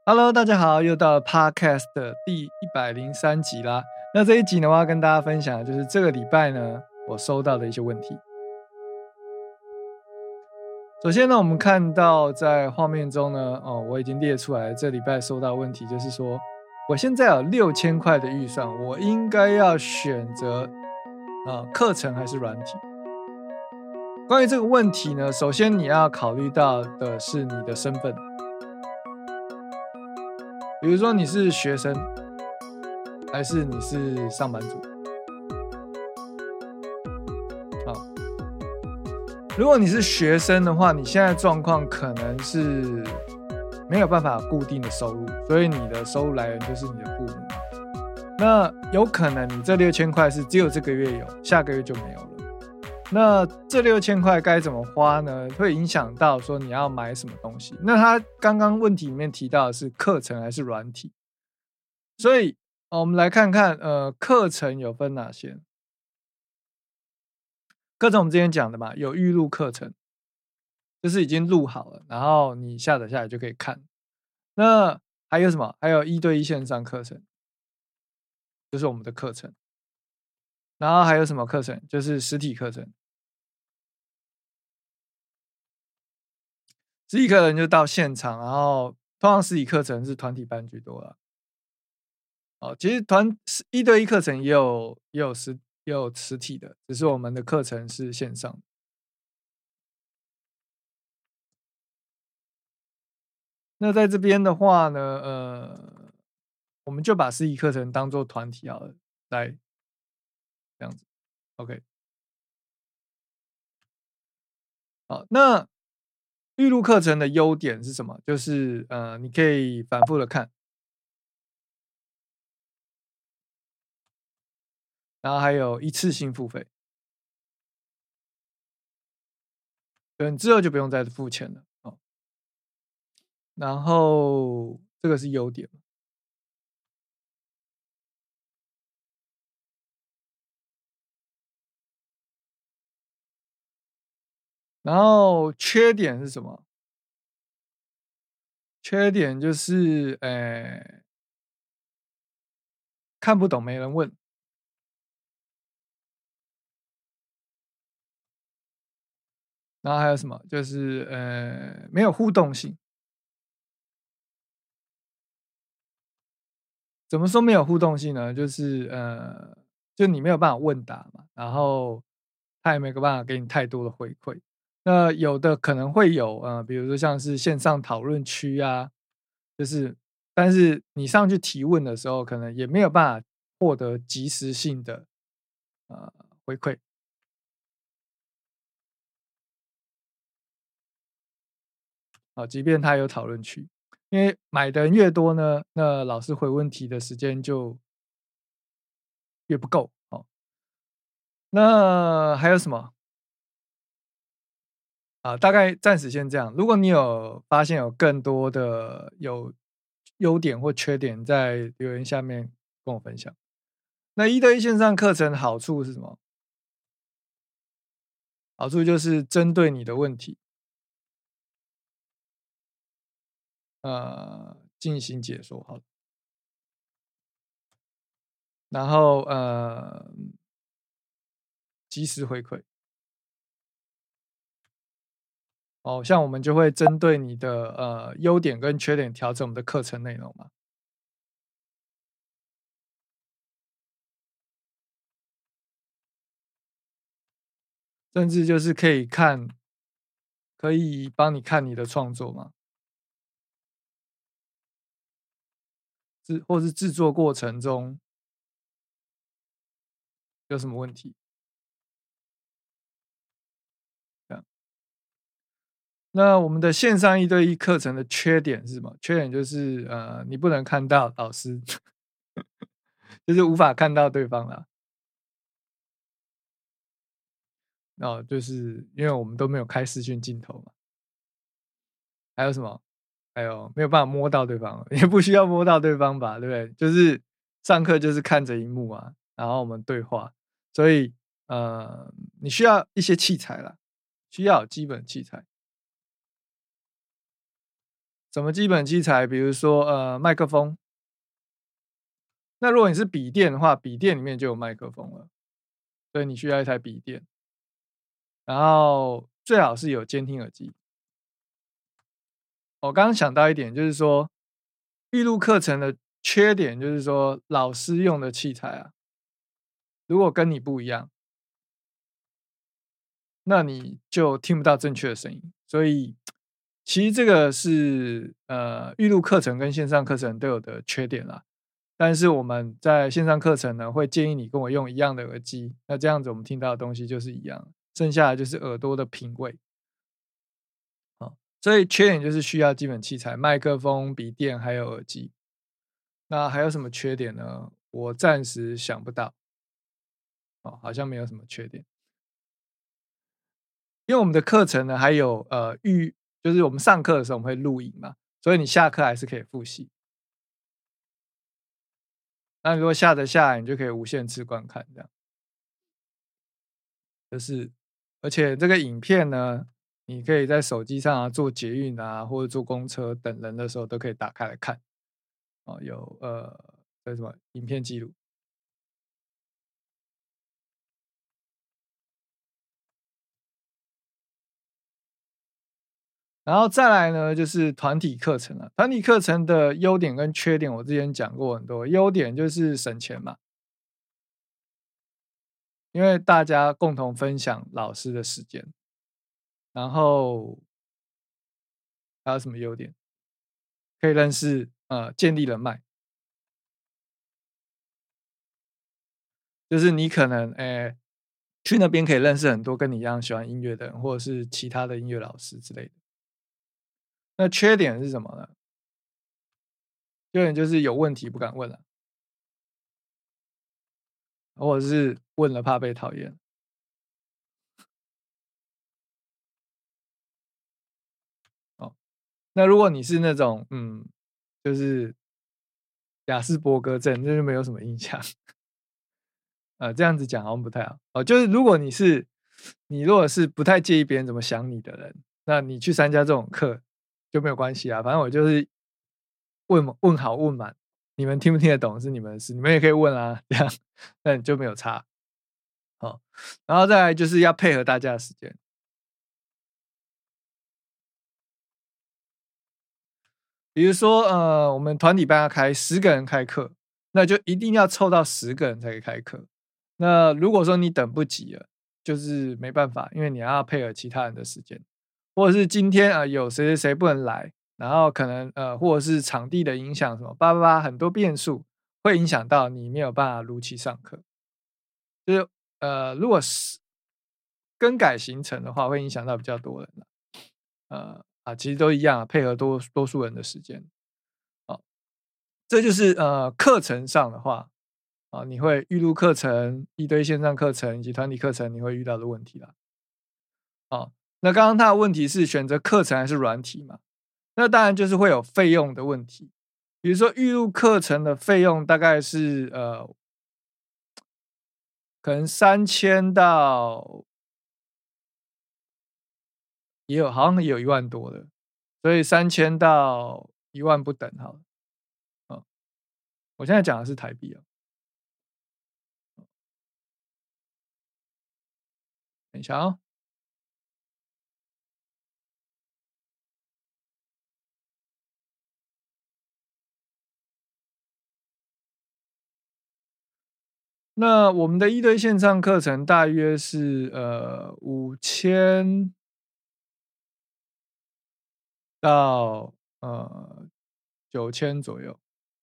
Hello，大家好，又到了 Podcast 的第103集啦。那这一集呢，我要跟大家分享的就是这个礼拜呢，我收到的一些问题。首先呢，我们看到在画面中呢，我已经列出来这礼拜收到的问题，就是说，我现在有6000块的预算，我应该要选择课程还是软体？关于这个问题呢，首先你要考虑到的是你的身份，比如说你是学生，还是你是上班族？好，如果你是学生的话，你现在状况可能是没有办法固定的收入，所以你的收入来源就是你的父母。那有可能你这6000块是只有这个月有，下个月就没有了。那这6000块该怎么花呢？会影响到说你要买什么东西。那他刚刚问题里面提到的是课程还是软体，所以我们来看看课程有分哪些。课程我们之前讲的嘛，有预录课程，就是已经录好了，然后你下载下来就可以看。那还有什么？还有1对1线上课程，就是我们的课程。然后还有什么课程？就是实体课程。实体课程就到现场，然后通常实体课程是团体班居多啦。其实1对1课程也有实体的，只是我们的课程是线上。那在这边的话呢，我们就把实体课程当做团体好了，来这样子 ，OK。好，那预录课程的优点是什么？就是你可以反复的看，然后还有一次性付费，你之后就不用再付钱了哦。然后这个是优点。然后缺点是什么？缺点就是，看不懂没人问。然后还有什么？就是没有互动性。怎么说没有互动性呢？就是就你没有办法问答嘛，然后他也没有办法给你太多的回馈。那有的可能会有比如说像是线上讨论区啊，就是但是你上去提问的时候，可能也没有办法获得及时性的呃回馈。即便他有讨论区，因为买的人越多呢，那老师回问题的时间就越不够。那还有什么？大概暂时先这样。如果你有发现有更多的优点或缺点，在留言下面跟我分享。那1对1线上课程好处是什么？好处就是针对你的问题，进行解说，好，然后及时回馈。像我们就会针对你的优点跟缺点调整我们的课程内容嘛。甚至就是可以帮你看你的创作嘛，或是制作过程中有什么问题，这样。那我们的线上1对1课程的缺点是什么？缺点就是你不能看到老师，就是无法看到对方啦。就是因为我们都没有开视讯镜头嘛。还有什么？还有没有办法摸到对方，也不需要摸到对方吧，对不对？就是上课就是看着荧幕啊，然后我们对话，所以你需要一些器材啦，需要有基本器材。 什么基本器材？比如说麦克风。那如果你是笔电的话，笔电里面就有麦克风了，所以你需要一台笔电，然后最好是有监听耳机。我刚刚想到一点，就是说预录课程的缺点，就是说老师用的器材啊，如果跟你不一样，那你就听不到正确的声音。所以其实这个是预录课程跟线上课程都有的缺点啦。但是我们在线上课程呢，会建议你跟我用一样的耳机，那这样子我们听到的东西就是一样，剩下的就是耳朵的品味。所以缺点就是需要基本器材，麦克风、笔电还有耳机。那还有什么缺点呢？我暂时想不到。好像没有什么缺点。因为我们的课程呢，还有就是我们上课的时候我们会录影嘛，所以你下课还是可以复习。那如果下得下来，你就可以无限次观看这样。而且这个影片呢，你可以在手机上坐捷运啊，或者坐公车等人的时候都可以打开来看。有什么影片记录。然后再来呢，就是团体课程了。团体课程的优点跟缺点，我之前讲过很多。优点就是省钱嘛，因为大家共同分享老师的时间。然后还有什么优点？可以认识建立人脉，就是你可能去那边可以认识很多跟你一样喜欢音乐的人，或者是其他的音乐老师之类的。那缺点是什么呢？缺点就是有问题不敢问了，或者是问了怕被讨厌。哦，那如果你是那种就是亚斯伯格症，那就没有什么影响。这样子讲好像不太好。就是你如果是不太介意别人怎么想你的人，那你去参加这种课就没有关系啊。反正我就是问好问满，你们听不听得懂是你们的事，你们也可以问啊，这样那你就没有差。然后再来就是要配合大家的时间。比如说我们团体班要开10个人开课，那就一定要凑到10个人才可以开课。那如果说你等不及了，就是没办法，因为你要配合其他人的时间，或者是今天有谁谁谁不能来，然后可能或者是场地的影响什么叭叭叭很多变数，会影响到你没有办法如期上课。就是如果是更改行程的话，会影响到比较多人其实都一样配合多数人的时间。这就是课程上的话你会预录课程、一堆线上课程以及团体课程，你会遇到的问题啦。那刚刚他的问题是选择课程还是软体嘛？那当然就是会有费用的问题。比如说预录课程的费用大概是可能3000到好像也有1万多的，所以3000到1万不等好了。我现在讲的是台币等一下那我们的一对线上课程大约是5000到9000左右。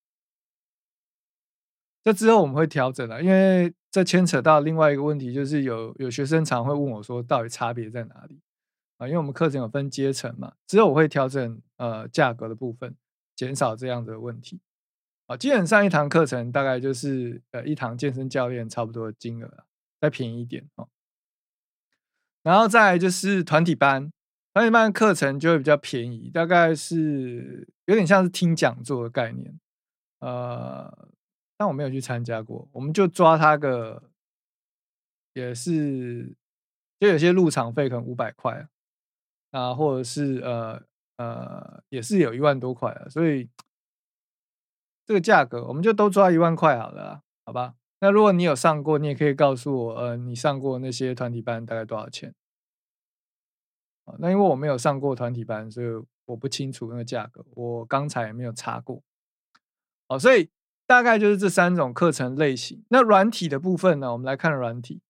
这之后我们会调整因为这牵扯到另外一个问题，就是有学生常会问我说，到底差别在哪里因为我们课程有分阶层嘛，之后我会调整价格的部分，减少这样的问题。基本上一堂课程大概就是一堂健身教练差不多的金额再便宜一点然后再来就是团体班，团体班的课程就会比较便宜，大概是有点像是听讲座的概念。但我没有去参加过，我们就抓它也是就有些入场费可能500块或者是也是有1万多块了，所以这个价格我们就都抓1万块好了啦，好吧？那如果你有上过，你也可以告诉我，你上过那些团体班大概多少钱？那因为我没有上过团体班，所以我不清楚那个价格，我刚才也没有查过。所以大概就是这3种课程类型。那软体的部分呢，我们来看软体。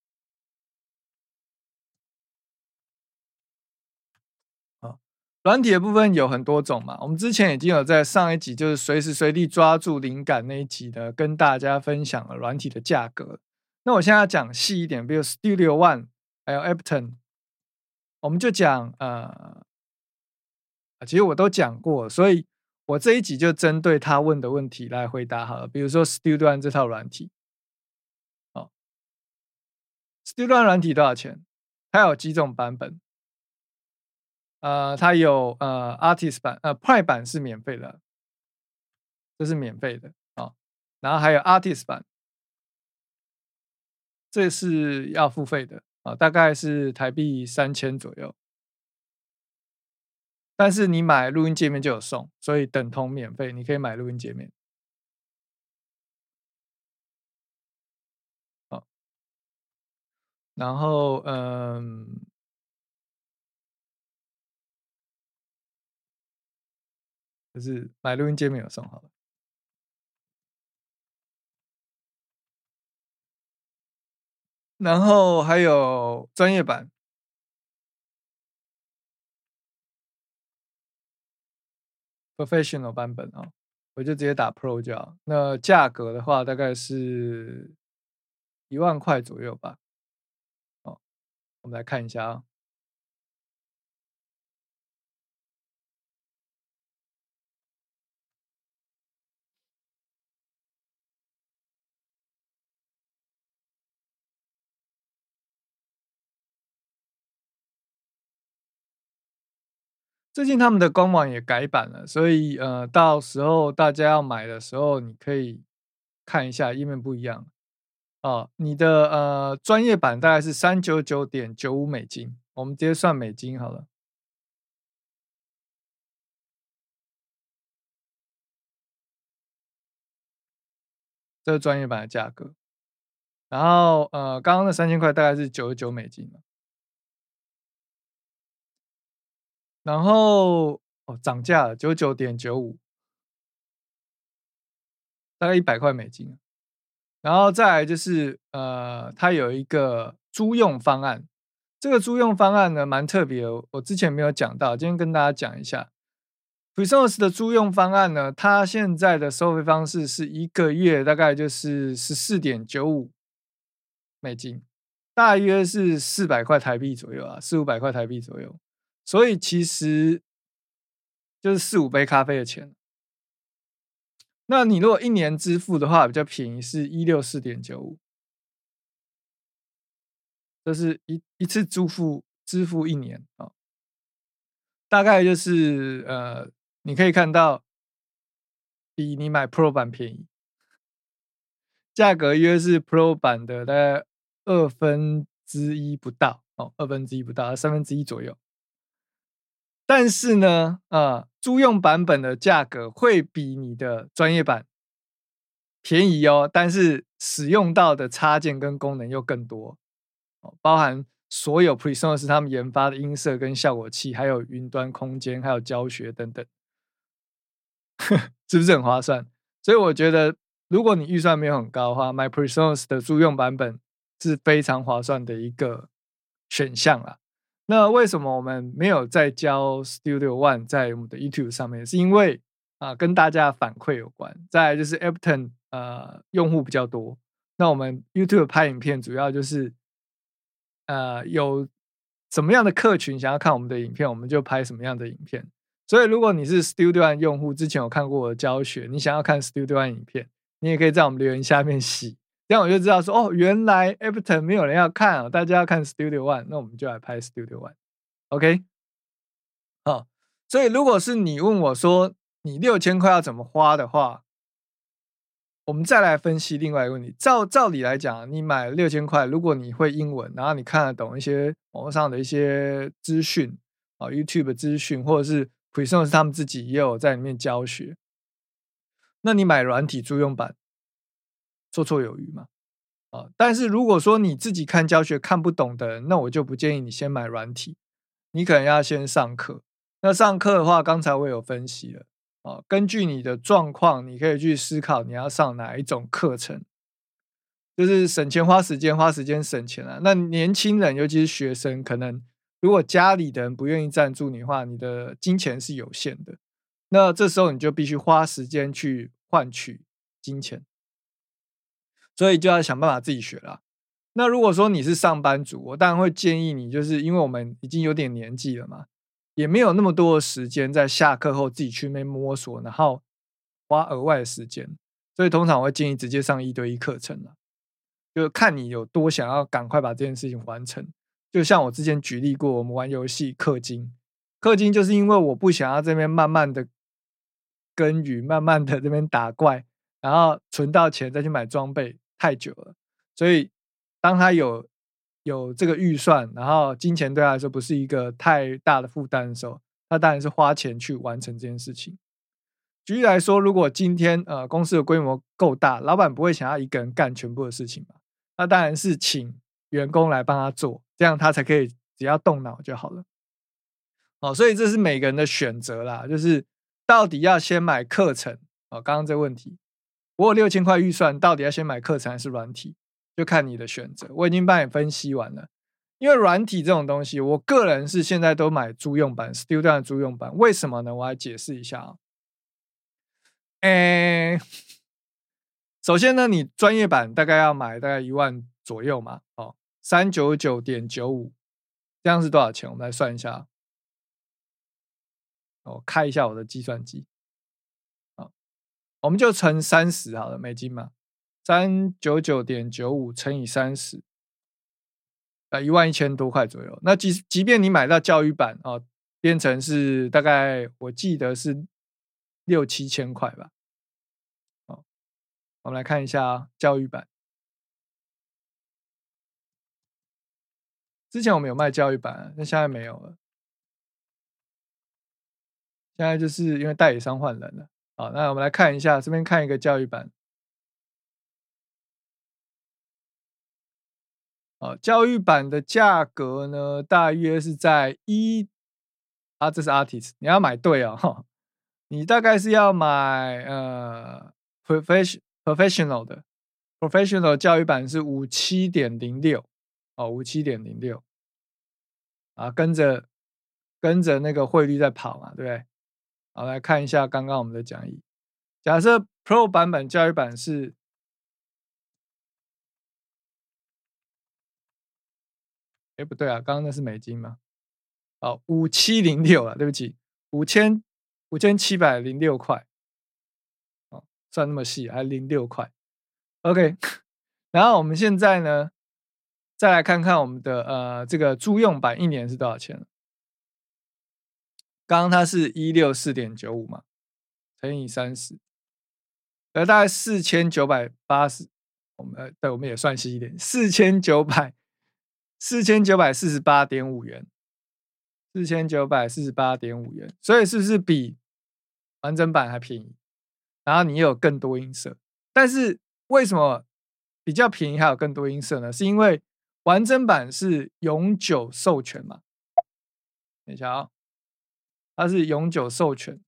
软体的部分有很多种嘛，我们之前已经有在上一集就是随时随地抓住灵感那一集呢，跟大家分享了软体的价格。那我现在要讲细一点，比如 Studio One 还有 Ableton， 我们就讲其实我都讲过，所以我这一集就针对他问的问题来回答好了。比如说 Studio One 这套软体，Studio One 软体多少钱？它有几种版本？它有Artist 版，Prime 版是免费的，这是免费的然后还有 Artist 版，这是要付费的大概是台币3000左右。但是你买录音界面就有送，所以等同免费，你可以买录音界面。然后就是买录音界面有送好了。然后还有专业版 Professional 版本我就直接打 Pro 就好。那价格的话大概是1万块左右吧。我们来看一下最近他们的官网也改版了，所以到时候大家要买的时候，你可以看一下页面不一样你的专业版大概是$399.95，我们直接算美金好了。这是专业版的价格。然后刚刚那3000块大概是$99。然后涨价了，99.95，大概100块美金。然后再来就是它有一个租用方案，这个租用方案呢蛮特别的，我之前没有讲到，今天跟大家讲一下。Presonus 的租用方案呢，它现在的收费方式是1个月大概就是$14.95，大约是400块台币左右400-500块台币左右，所以其实就是4-5杯咖啡的钱。那你如果1年支付的话比较便宜，是164.95，这是一次支付1年大概就是你可以看到比你买 Pro 版便宜，价格约是 Pro 版的大概1/2不到1/2不到1/3左右。但是呢租用版本的价格会比你的专业版便宜但是使用到的插件跟功能又更多包含所有 Presonus 他们研发的音色跟效果器，还有云端空间，还有教学等等，是不是很划算？所以我觉得，如果你预算没有很高的话，买 Presonus 的租用版本是非常划算的一个选项啦。那为什么我们没有再教 Studio One 在我们的 YouTube 上面？是因为跟大家的反馈有关。再来就是 Ableton 用户比较多，那我们 YouTube 拍影片主要就是有什么样的客群想要看我们的影片，我们就拍什么样的影片。所以如果你是 Studio One 用户，之前有看过我的教学，你想要看 Studio One 影片，你也可以在我们留言下面洗，这样我就知道说原来 Ableton 没有人要看大家要看 Studio One， 那我们就来拍 Studio One。OK， 所以如果是你问我说你6000块要怎么花的话，我们再来分析另外一个问题。照理来讲，你买6000块，如果你会英文，然后你看得懂一些网络上的一些资讯YouTube 的资讯，或者是 Presonus 他们自己也有在里面教学。那你买软体租用版，绰绰有余嘛。但是如果说你自己看教学看不懂的人，那我就不建议你先买软体，你可能要先上课。那上课的话，刚才我有分析了。根据你的状况，你可以去思考你要上哪一种课程，就是省钱花时间，花时间省钱啊。那年轻人，尤其是学生，可能如果家里的人不愿意赞助你的话，你的金钱是有限的，那这时候你就必须花时间去换取金钱，所以就要想办法自己学啦。那如果说你是上班族，我当然会建议你，就是因为我们已经有点年纪了嘛，也没有那么多的时间在下课后自己去那边摸索，然后花额外的时间，所以通常我会建议直接上1对1课程啦，就看你有多想要赶快把这件事情完成。就像我之前举例过，我们玩游戏氪金，氪金就是因为我不想要这边慢慢的耕耘，慢慢的这边打怪，然后存到钱再去买装备，太久了。所以当他有这个预算，然后金钱对他来说不是一个太大的负担的时候，他当然是花钱去完成这件事情。举例来说，如果今天公司的规模够大，老板不会想要一个人干全部的事情嘛，那当然是请员工来帮他做，这样他才可以只要动脑就好了。所以这是每个人的选择啦，就是到底要先买课程刚刚这个问题，我有6000块预算，到底要先买课程还是软体，就看你的选择。我已经帮你分析完了，因为软体这种东西，我个人是现在都买租用版 ，Student 的租用版，为什么呢？我来解释一下首先呢，你专业版大概要买大概1万左右嘛，399.95，这样是多少钱？我们来算一下。我开一下我的计算机，我们就乘30好了，美金嘛，399.95乘以30， 11000多块左右。那即便你买到教育版变成是大概我记得是6-7千块吧。我们来看一下教育版。之前我们有卖教育版，但现在没有了。现在就是因为代理商换人了。好，那我们来看一下，这边看一个教育版。教育版的价格呢，大约是在这是 Artist， 你要买对哦，你大概是要买professional 的 professional 教育版是57.06 57.06跟着那个汇率在跑嘛，对不对？好，来看一下刚刚我们的讲义。假设 Pro 版本教育版是不对啊，刚刚那是美金嘛？5706啊，对不起，5706块。算那么细，还06块。OK， 然后我们现在呢，再来看看我们的这个租用版1年是多少钱？刚刚它是164.95嘛，乘以30，大概4980。我们也算细一点，4948.5元，4948.5元，所以是不是比完整版还便宜？然后你也有更多音色，但是为什么比较便宜还有更多音色呢？是因为完整版是永久授权嘛？等一下它是永久授权，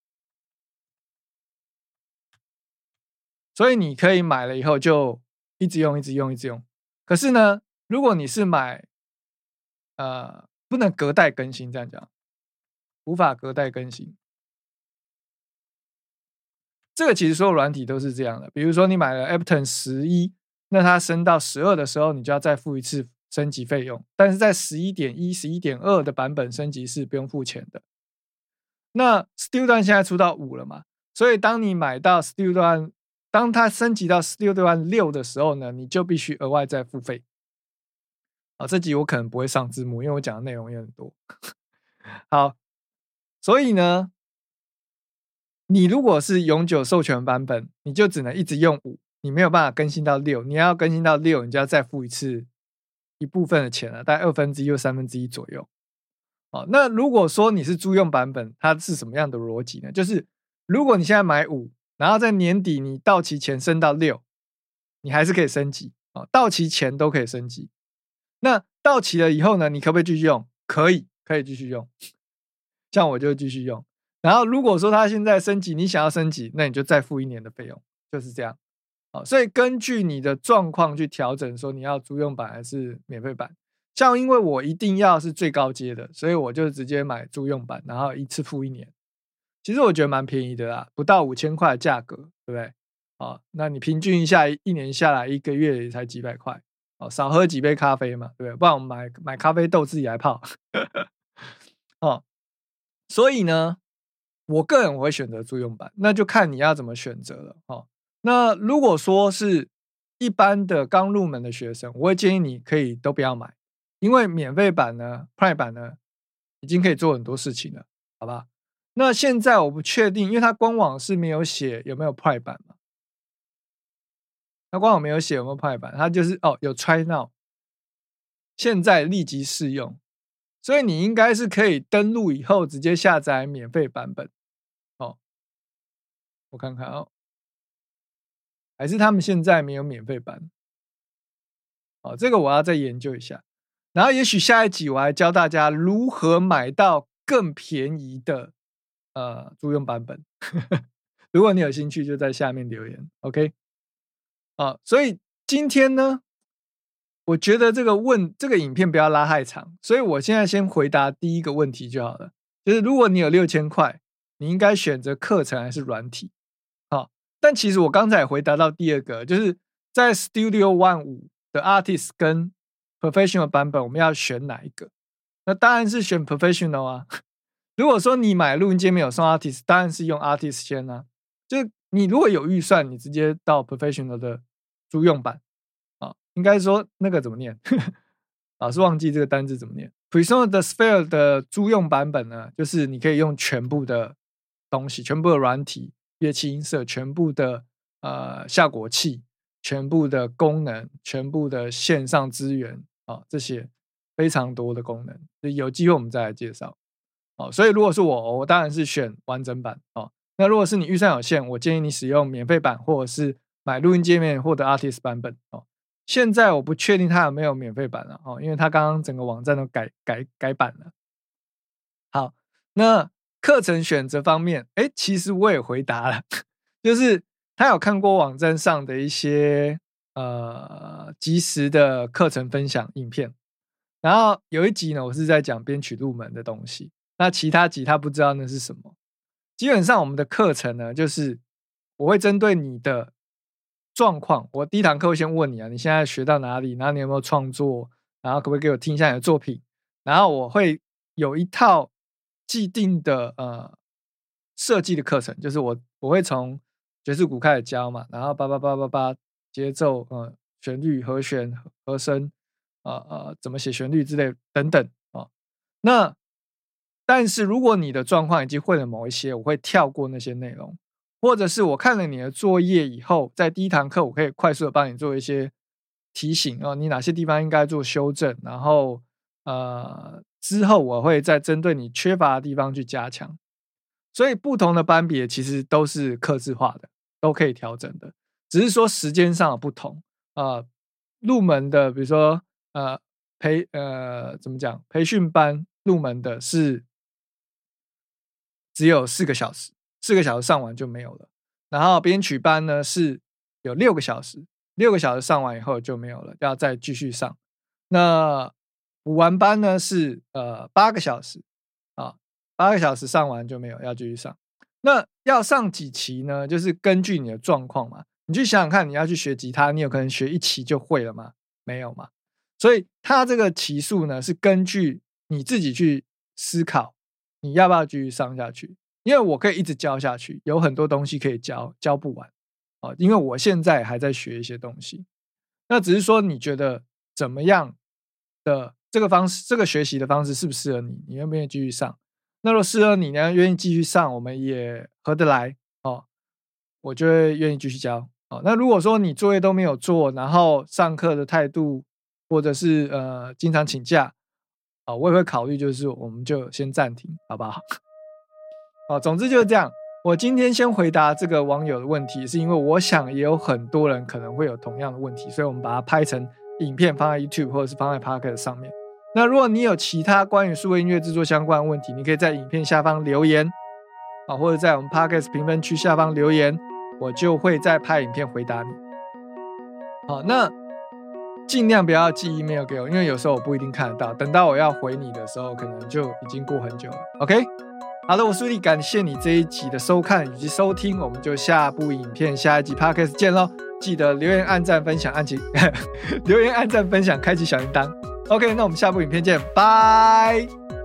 所以你可以买了以后就一直用，一直用，一直用。可是呢，如果你是买不能隔代更新，这样讲，无法隔代更新。这个其实所有软体都是这样的，比如说你买了 Ableton 11，那它升到12的时候，你就要再付一次升级费用，但是在11.1、11.2的版本升级是不用付钱的。那 Studio 现在出到5了嘛，所以当你买到 Studio， 当它升级到 Studio 6的时候呢，你就必须额外再付费。这集我可能不会上字幕，因为我讲的内容也很多。好，所以呢，你如果是永久授权版本，你就只能一直用5，你没有办法更新到6。你要更新到6，你就要再付一部分的钱了，大概1/2或1/3左右。 那如果说你是租用版本，它是什么样的逻辑呢？就是如果你现在买5，然后在年底你到期前升到6，你还是可以升级，到期前都可以升级。那到期了以后呢，你可不可以继续用？可以继续用。像我就继续用。然后如果说它现在升级，你想要升级，那你就再付1年的费用，就是这样。所以根据你的状况去调整，说你要租用版还是免费版。像因为我一定要是最高阶的，所以我就直接买租用版，然后一次付1年。其实我觉得蛮便宜的啦，不到5000块的价格，对不对？那你平均一下，1年下来1个月也才几百块，少喝几杯咖啡嘛，对不对？不然我们买咖啡豆自己来泡。所以呢，我个人我会选择租用版，那就看你要怎么选择了。那如果说是一般的刚入门的学生，我会建议你可以都不要买，因为免费版呢 Prime 版呢已经可以做很多事情了，好吧？那现在我不确定，因为它官网是没有写有没有 Prime 版嘛，它官网没有写有没有 Prime 版，它就是有 Try Now， 现在立即试用，所以你应该是可以登录以后直接下载免费版本。我看看还是他们现在没有免费版。这个我要再研究一下。然后也许下一集我还教大家如何买到更便宜的租用版本。如果你有兴趣就在下面留言 OK。所以今天呢，我觉得这个影片不要拉太长，所以我现在先回答第一个问题就好了，就是如果你有6000块，你应该选择课程还是软体？但其实我刚才也回答到第二个，就是在 Studio One 5的 Artist 跟 Professional 版本，我们要选哪一个？那当然是选 Professional 啊。如果说你买录音界面有送 Artist， 当然是用 Artist 先啊。就是你如果有预算，你直接到 Professional 的租用版应该说那个怎么念？老是忘记这个单字怎么念。Presonus 的 Sphere 的租用版本呢，就是你可以用全部的东西，全部的软体。乐器音色，全部的效果器，全部的功能，全部的线上资源这些非常多的功能，有机会我们再来介绍。所以如果是我当然是选完整版。那如果是你预算有限，我建议你使用免费版，或者是买录音界面或者 Artist 版本。现在我不确定它有没有免费版了因为它刚刚整个网站都改版了。好，那课程选择方面，其实我也回答了，就是他有看过网站上的一些即时的课程分享影片，然后有一集呢，我是在讲编曲入门的东西，那其他集他不知道那是什么。基本上我们的课程呢，就是我会针对你的状况，我第一堂课会先问你你现在学到哪里，然后你有没有创作，然后可不可以给我听一下你的作品，然后我会有一套既定的设计的课程，就是我会从爵士鼓开始教嘛，然后叭叭叭叭叭节奏旋律和弦和声怎么写旋律之类等等那但是如果你的状况已经会了某一些，我会跳过那些内容，或者是我看了你的作业以后，在第一堂课我可以快速的帮你做一些提醒你哪些地方应该做修正，然后之后我会再针对你缺乏的地方去加强。所以不同的班别其实都是客制化的，都可以调整的，只是说时间上的不同入门的比如说怎么讲，培训班入门的是只有4个小时，4个小时上完就没有了。然后编曲班呢是有6个小时，6个小时上完以后就没有了，要再继续上。那补完班呢是8个小时8个小时上完就没有，要继续上。那要上几期呢？就是根据你的状况嘛。你去想想看，你要去学吉他，你有可能学1期就会了吗？没有嘛。所以它这个期数呢，是根据你自己去思考，你要不要继续上下去。因为我可以一直教下去，有很多东西可以教，教不完因为我现在还在学一些东西。那只是说你觉得怎么样的这个方式，这个学习的方式适不适合你？你愿不愿意继续上？那如果适合你呢，愿意继续上，我们也合得来我就会愿意继续教那如果说你作业都没有做，然后上课的态度或者是经常请假， 我也会考虑，就是我们就先暂停，好不好？总之就是这样。我今天先回答这个网友的问题，是因为我想也有很多人可能会有同样的问题，所以我们把它拍成影片放在 YouTube 或者是放在 Podcast 上面。那如果你有其他关于数位音乐制作相关的问题，你可以在影片下方留言，或者在我们 Podcast 评分区下方留言，我就会再拍影片回答你。那尽量不要寄 email 给我，因为有时候我不一定看得到，等到我要回你的时候可能就已经过很久了。 OK， 好的，我是Rudy，感谢你这一集的收看以及收听，我们就下部影片下一集 Podcast 见咯，记得留言按赞分享留言按赞分享开启小铃铛。 OK， 那我们下部影片见，拜。